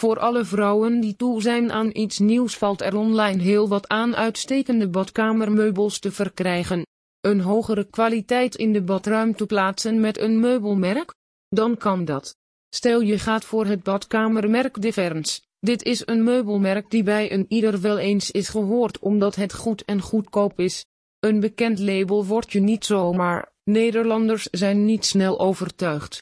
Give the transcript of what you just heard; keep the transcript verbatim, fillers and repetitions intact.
Voor alle vrouwen die toe zijn aan iets nieuws valt er online heel wat aan uitstekende badkamermeubels te verkrijgen. Een hogere kwaliteit in de badruimte plaatsen met een meubelmerk? Dan kan dat. Stel je gaat voor het badkamermerk Difference. Dit is een meubelmerk die bij een ieder wel eens is gehoord omdat het goed en goedkoop is. Een bekend label word je niet zomaar. Nederlanders zijn niet snel overtuigd.